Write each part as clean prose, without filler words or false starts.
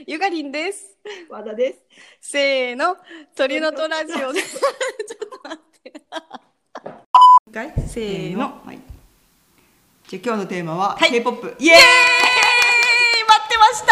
ゆかりんです。 和田です。 せーの、鳥のとラジオで。ちょっと待って。 一回せーの。 はい。じゃあ今日のテーマは、 はい K-POP。 イエーイ、待ってました。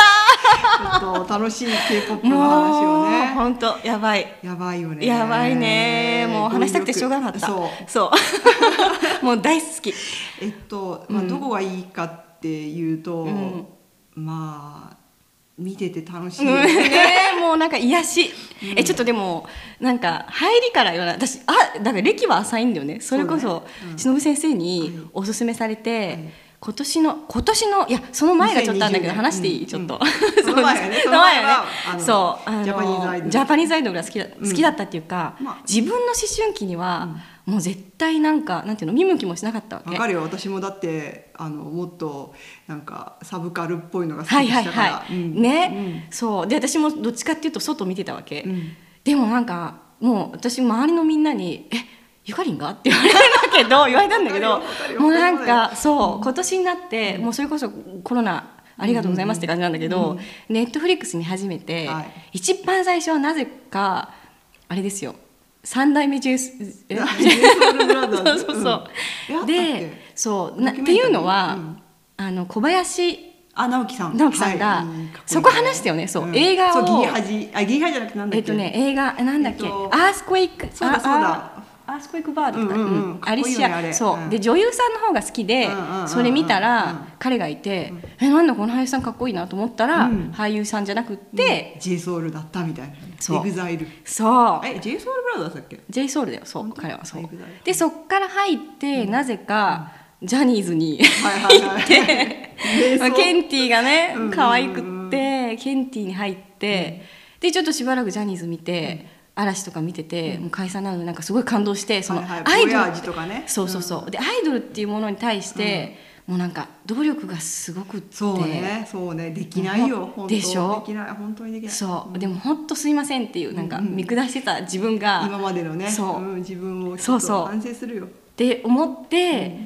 楽しい K-POP の話をね。 本当やばい。 やばいよね。 やばいね。もう話したくてしょうがなかった。そうもう大好き。 どこがいいかっていうと、まあ見てて楽しいよね。もうなんか癒し。ちょっとでもなんか入りからよな。私だから歴は浅いんだよね。それこそ忍先生におすすめされて、今年のいやその前がちょっとあるんだけど話していい、ちょっと。 その前はそうジャパニーズアイドル。 ジャパニーズアイドルが好きだったっていうか、自分の思春期にはもう絶対なんていうの見向きもしなかったわけ。 わかるよ。私もだってもっとなんかサブカルっぽいのが好きでしたから。 そうで私もどっちかっていうと外見てたわけ。でもなんかもう私周りのみんなにゆかりんがって言われたんだけどもうなんかそう今年になってもうそれこそコロナありがとうございますって感じなんだけど、ネットフリックスに始めて、一番最初はなぜかあれですよ、三代目 JSOULBROTHERS そうでそうっていうのは、小林直樹さんが、そこ話したよね。そう映画をギリハジじゃなくてなんだっけ、 映画なんだっけ、アースクエイクアースクエイクバードとか、アリシア、そうで女優さんの方が好きで、それ見たら彼がいて、なんだこの俳優さんかっこいいなと思ったら、俳優さんじゃなくて JSOUL だったみたいな。EXILE。 そう JSOULBROTHERS だっけ。 JSOUL だよ。そう彼はそうで、そっから入ってなぜかジャニーズに入ってケンティーがね可愛くってケンティーに入って、でちょっとしばらくジャニーズ見て、嵐とか見てて、もう解散なのになんかすごい感動して、そのアイドルとかね、そうでアイドルっていうものに対して、もうなんか努力がすごくって、 そうねできないよ本当でしょ。 できない、本当にできない。 そうでも本当すいませんっていうなんか見下してた自分が、 今までのね、自分をちょっと反省するよって思って、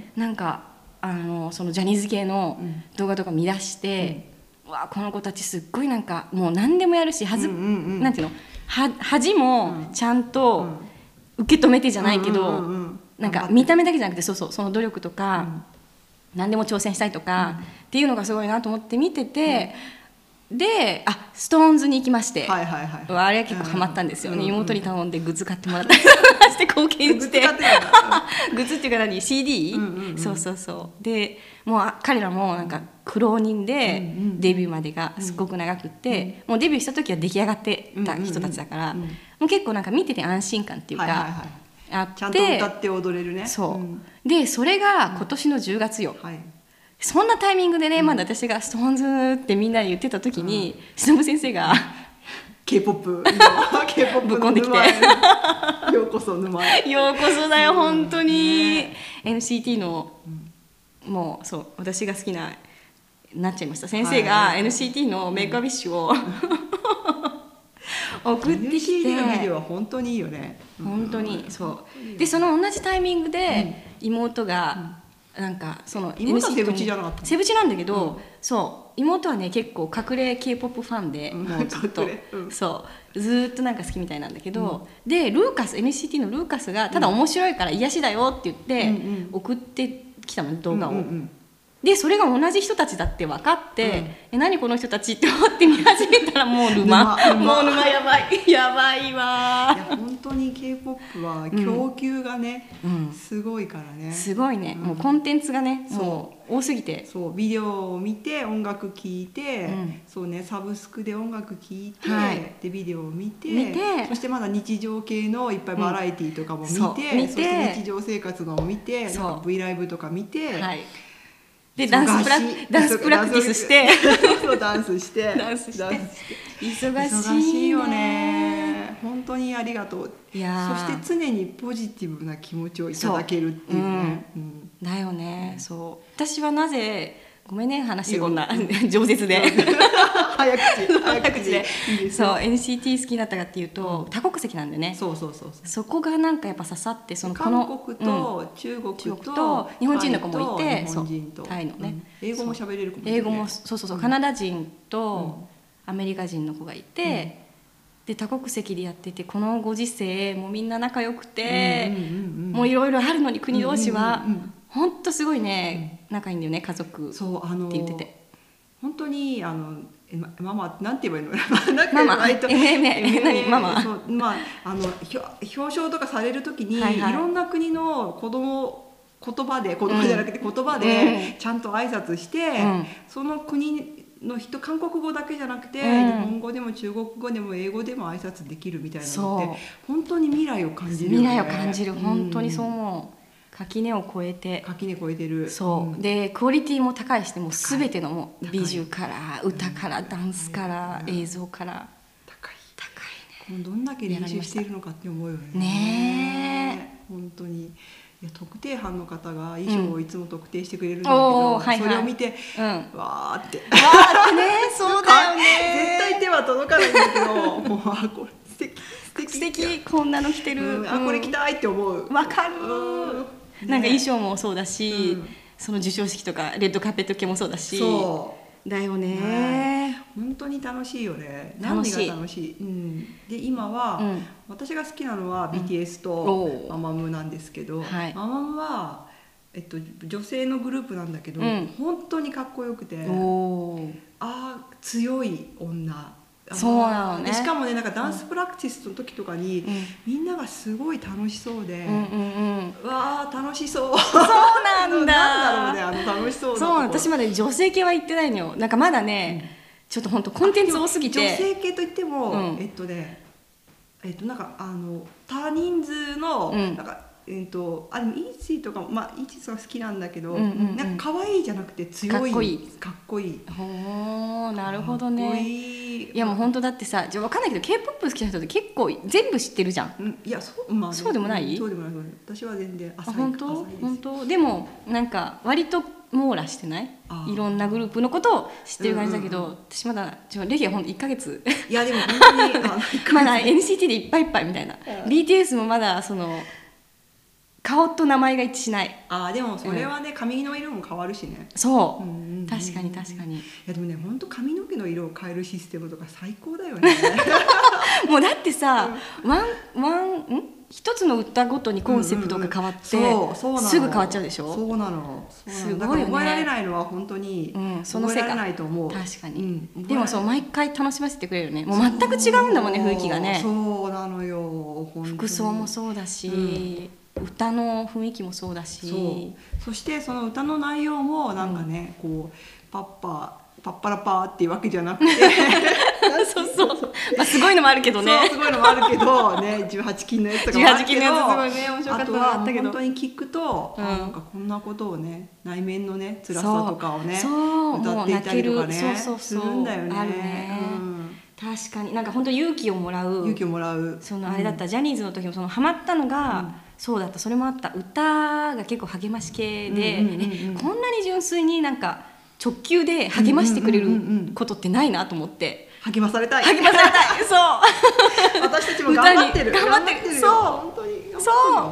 なんかそのジャニーズ系の動画とか見出して、わこの子たちすっごいなんかもう何でもやるし、なんていうの恥もちゃんと受け止めてじゃないけど、なんか見た目だけじゃなくて、その努力とか、何でも挑戦したいとかっていうのがすごいなと思って見てて、でストーンズに行きまして、あれは結構ハマったんですよね。妹に頼んでグッズ買ってもらったりして貢献してグッズっていうか何 CD、そうでもう彼らもなんか苦労人でデビューまでがすごく長くって、もうデビューした時は出来上がってた人たちだから、もう結構なんか見てて安心感っていうかあって、 ちゃんと歌って踊れるね。 そうでそれが今年の10月よ。そんなタイミングでね、まだ私がストーンズってみんなに言ってた時に、忍先生が K-POP ぶっ込んできてようこそ沼へ。 ようこそだよ本当に。NCT のもうそう私が好きなっちゃいました。先生が NCT のメイクアビッシュを送ってきて、 NCT のビデオは本当にいいよね。 本当にそうで、その同じタイミングで妹がなんかその妹はセブチじゃなかった。 セブチなんだけど、そう妹はね結構隠れ K-POP ファンで、もうずっとそうずっとなんか好きみたいなんだけど、でルーカス NCT のルーカスがただ面白いから癒しだよって言って送ってきたの動画を。でそれが同じ人たちだって分かって、何この人たちって思って見始めたらもう沼やばいわ。 いや本当に K-POP は供給がね、すごいからね。 すごいね、もうコンテンツがねもう多すぎて、 そうビデオを見て音楽聴いて、そうねサブスクで音楽聴いて、でビデオを見て、そしてまだ日常系のいっぱいバラエティーとかも見て、そして日常生活のを見て、なんか V ライブとか見て、でダンスプラクティスしてダンスして忙しいよね。本当にありがとう。そして常にポジティブな気持ちをいただけるっていうね。 だよね。そう私はなぜごめんね話こんな饒舌で早口でそう NCT 好きだったかっていうと、多国籍なんでね。そこがなんかやっぱ刺さって、その韓国と中国と日本人の子もいて、 日本人とタイのね、 英語も喋れる子もいるね。 英語もそうカナダ人とアメリカ人の子がいて、で多国籍でやってて、このご時世もうみんな仲良くて、もういろいろあるのに国同士はほんとすごいね、仲いいんだよね、家族って言ってて。 本当にママなんて言えばいいのママ何ママそう、まあ、表彰とかされる時に、いろんな国の言葉でじゃなくて言葉でちゃんと挨拶して、その国の人、韓国語だけじゃなくて、日本語でも中国語でも英語でも挨拶できるみたいなのって本当に未来を感じるよね。 未来を感じる、本当にそう思う。垣根を越えて、 垣根越えてる。 そう、でクオリティも高いし、もう全てのもう美術から歌からダンスから映像から高いね。どんだけ練習しているのかって思うよね。 ねえ、 本当に。いや、特定班の方が衣装をいつも特定してくれるんだけど、それを見て、わーってね、そうだよね。 絶対手は届かないんだけど、もうこれ素敵こんなの着てる、 これ着たいって思う。 わかる。なんか衣装もそうだし、その授賞式とかレッドカーペット系もそうだし、そうだよね。 本当に楽しいよね。何が楽しい。で今は、私が好きなのは BTS とママムなんですけど、ママムは女性のグループなんだけど、本当にかっこよくて、強い女。 そうなのね。 しかもね、なんかダンスプラクティスの時とかに、みんながすごい楽しそうで、わー楽しそう。 そうなんだ。 なんだろうね、楽しそうなところ。 そう、私まだ女性系は行ってないのよ。なんかまだね、ちょっと本当コンテンツ多すぎて。 女性系といっても、なんか多人数の、なんかイージーとかも、まあイージーが好きなんだけど、なんか可愛いじゃなくて強い、かっこいい。 ほー、なるほどね。いやもう本当だってさ、分かんないけど K-POP 好きな人って結構全部知ってるじゃん。 いや、 そうでもない？ そうでもない。私は全然浅い。 本当。でもなんか割と網羅してない？いろんなグループのことを知ってる感じだけど、私まだ歴はほんと1ヶ月。 いやでも本当にまだ NCT でいっぱいいっぱいみたいな。BTS もまだその顔と名前が一致しない。 でもそれはね、髪の色も変わるしね。 そう、確かに。いやでもね、本当髪の毛の色を変えるシステムとか最高だよね。 もうだってさ、一つの歌ごとにコンセプトが変わって、すぐ変わっちゃうでしょ。 そうなの。 すごいよね。 覚えられないのは本当に覚えられないと思う。 確かに。でもそう毎回楽しませてくれるよね。もう全く違うんだもんね、雰囲気がね。 そうなのよ。 服装もそうだし、歌の雰囲気もそうだし、 そしてその歌の内容もなんかね、こうパッパラパーっていうわけじゃなくてそう、まあすごいのもあるけどね。 すごいのもあるけどね、18禁のやつとかもあるけど、 18禁のやつすごいね、面白かったな。 あとは本当に聞くと、なんかこんなことをね、内面のね辛さとかをね歌っていたりとかねするんだよね。 あるね。確かになんか本当勇気をもらう。そのあれだった、ジャニーズの時もそのハマったのが、そうだった、それもあった。歌が結構励まし系で、こんなに純粋になんか直球で励ましてくれることってないなと思って。 励まされたい。 そう。 私たちも頑張ってる。 そう。 本当に。 そう。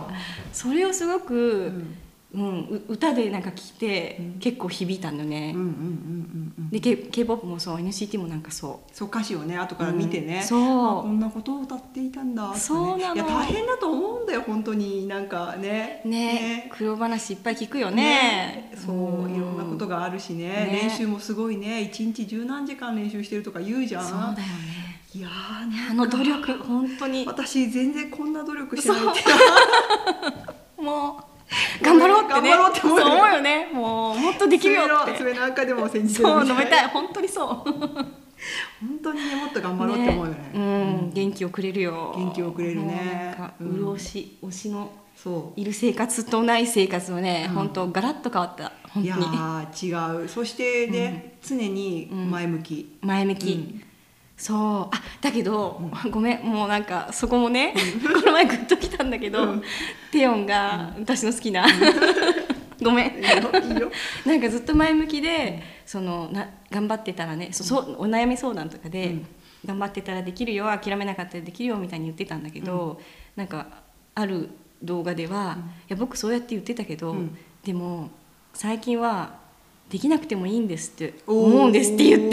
それをすごく、歌でなんか聞いて結構響いたんだよね。で K-POP もそう、 NCT もなんかそう歌詞をね後から見てね、 こんなことを歌っていたんだってね。 そうなの。 いや大変だと思うんだよ本当に。なんかね苦労話いっぱい聞くよね。 そういろんなことがあるしね。練習もすごいね、1日10何時間練習してるとか言うじゃん。 そうだよね。 いや努力本当に。 私全然こんな努力してないってもう頑張ろうってね。 そう思うよね。もっとできるよって。 爪の赤でも煎じてるみたい。そう飲めたい。本当にそう。 本当にね、もっと頑張ろうって思うよね。 元気をくれるよ。 元気をくれるね。 潤し推しのいる生活とない生活はね、本当ガラッと変わった。本当に。いや違う。そしてね、常に前向き。 そうだけど、ごめん、もうなんかそこもね、この前グッときたんだけど、テヨンが私の好きなごめんなんかずっと前向きで、頑張ってたらね、お悩み相談とかで、頑張ってたらできるよ、諦めなかったらできるよみたいに言ってたんだけど、なんかある動画では、いや僕そうやって言ってたけど、でも最近はできなくてもいいんですって思うんですって言って、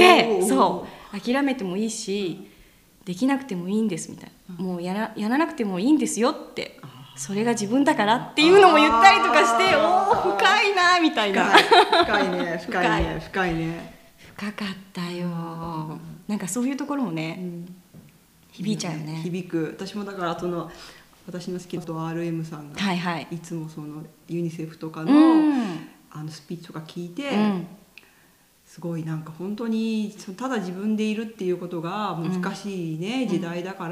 そう諦めてもいいしできなくてもいいんですみたいな、もうやらなくてもいいんですよって、それが自分だからっていうのも言ったりとかして、おお深いなみたいな。 深いね深いね深いね。 深かったよ。なんかそういうところもね、響いちゃうよね。 響く。私もだから私の好きなRM さんが、いつもそのユニセフとかの、スピーチとか聞いて、すごいなんか本当にただ自分でいるっていうことが難しいね、時代だから、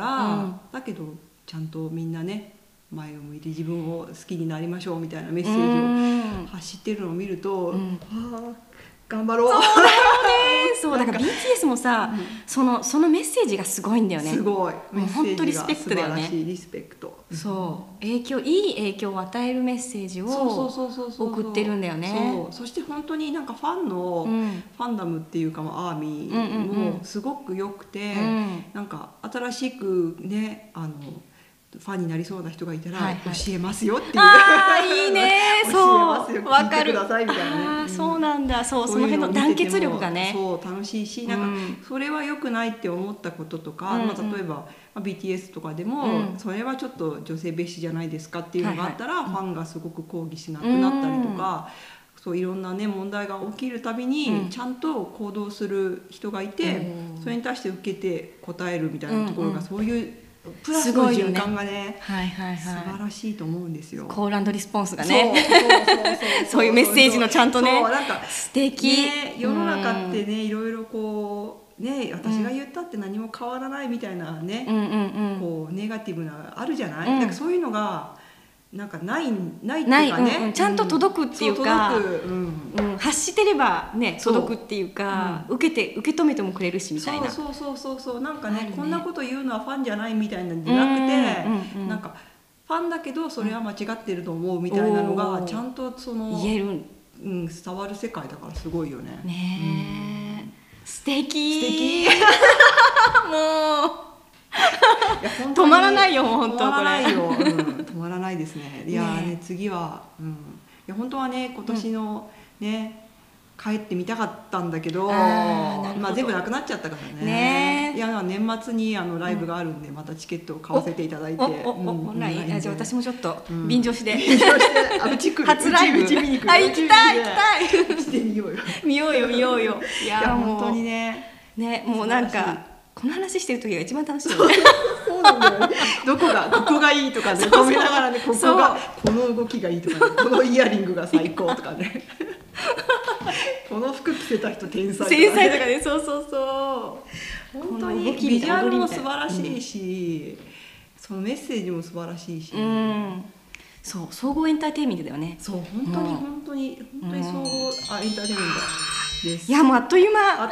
だけどちゃんとみんなね前を向いて自分を好きになりましょうみたいなメッセージを発してるのを見ると、頑張ろう。 そうだよね。そうだから BTS もさ、そのメッセージがすごいんだよね。 すごい。 もう本当リスペクトだよね。 リスペクト。 そういい影響を与えるメッセージを送ってるんだよね。 そして本当になんかファンダムっていうかアーミーもすごく良くて、なんか新しくねファンになりそうな人がいたら教えますよっていう、 いいね。 そう、分かる。くださいみたいなね。 そうなんだ。その辺の団結力がね。 そう楽しいし、なんかそれは良くないって思ったこととか、例えばBTS とかでもそれはちょっと女性蔑視じゃないですかっていうのがあったら、ファンがすごく抗議しなくなったりとか。そういろんなね問題が起きるたびにちゃんと行動する人がいて、それに対して受けて答えるみたいなところが、そういうプラスの循環がね、素晴らしいと思うんですよ。 コール&リスポンスがね、そういうメッセージのちゃんとね、素敵。 世の中ってね、いろいろこうね、私が言ったって何も変わらないみたいなね、こうネガティブなあるじゃない。だからそういうのがなんかないっていうかね、 ちゃんと届くっていうか、発してればね届くっていうか、受け止めてもくれるしみたいな。 そうなんかね、こんなこと言うのはファンじゃないみたいなんじゃなくて、なんかファンだけどそれは間違ってると思うみたいなのがちゃんとその言える、 伝わる世界だからすごいよね。 ね、素敵。もう止まらないよ、本当これ。 止まらないですね。いやね、次は、いや本当はね今年のね、帰ってみたかったんだけど、全部なくなっちゃったからね。いや年末にライブがあるんで、またチケットを買わせていただいて、 じゃあ私もちょっと便乗して初ライブ行きたいしてみようよ。 見ようよ。 いや本当にね、 もうなんかこの話してる時が一番楽しい。 そうなんだよね。ここがいいとかね、止めながらね、この動きがいいとかね、このイヤリングが最高とかね。この服着せた人天才とかね。そう。 本当にビジュアルも素晴らしいし、そのメッセージも素晴らしいし。 そう総合エンターテインメントだよね。 そう本当に総合エンターテインメントです。 いやもうあっという間。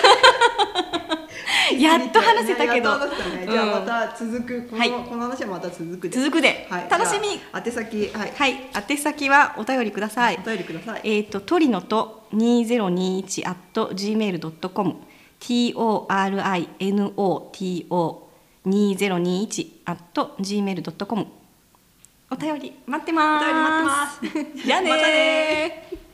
やっと話せたけど。 じゃあまた続く、この話はまた続くで。楽しみ。 宛先宛先はお便りください。トリノと2021@gmail.com、TORINOTO2021@gmail.com、お便り待ってます。 じゃあね。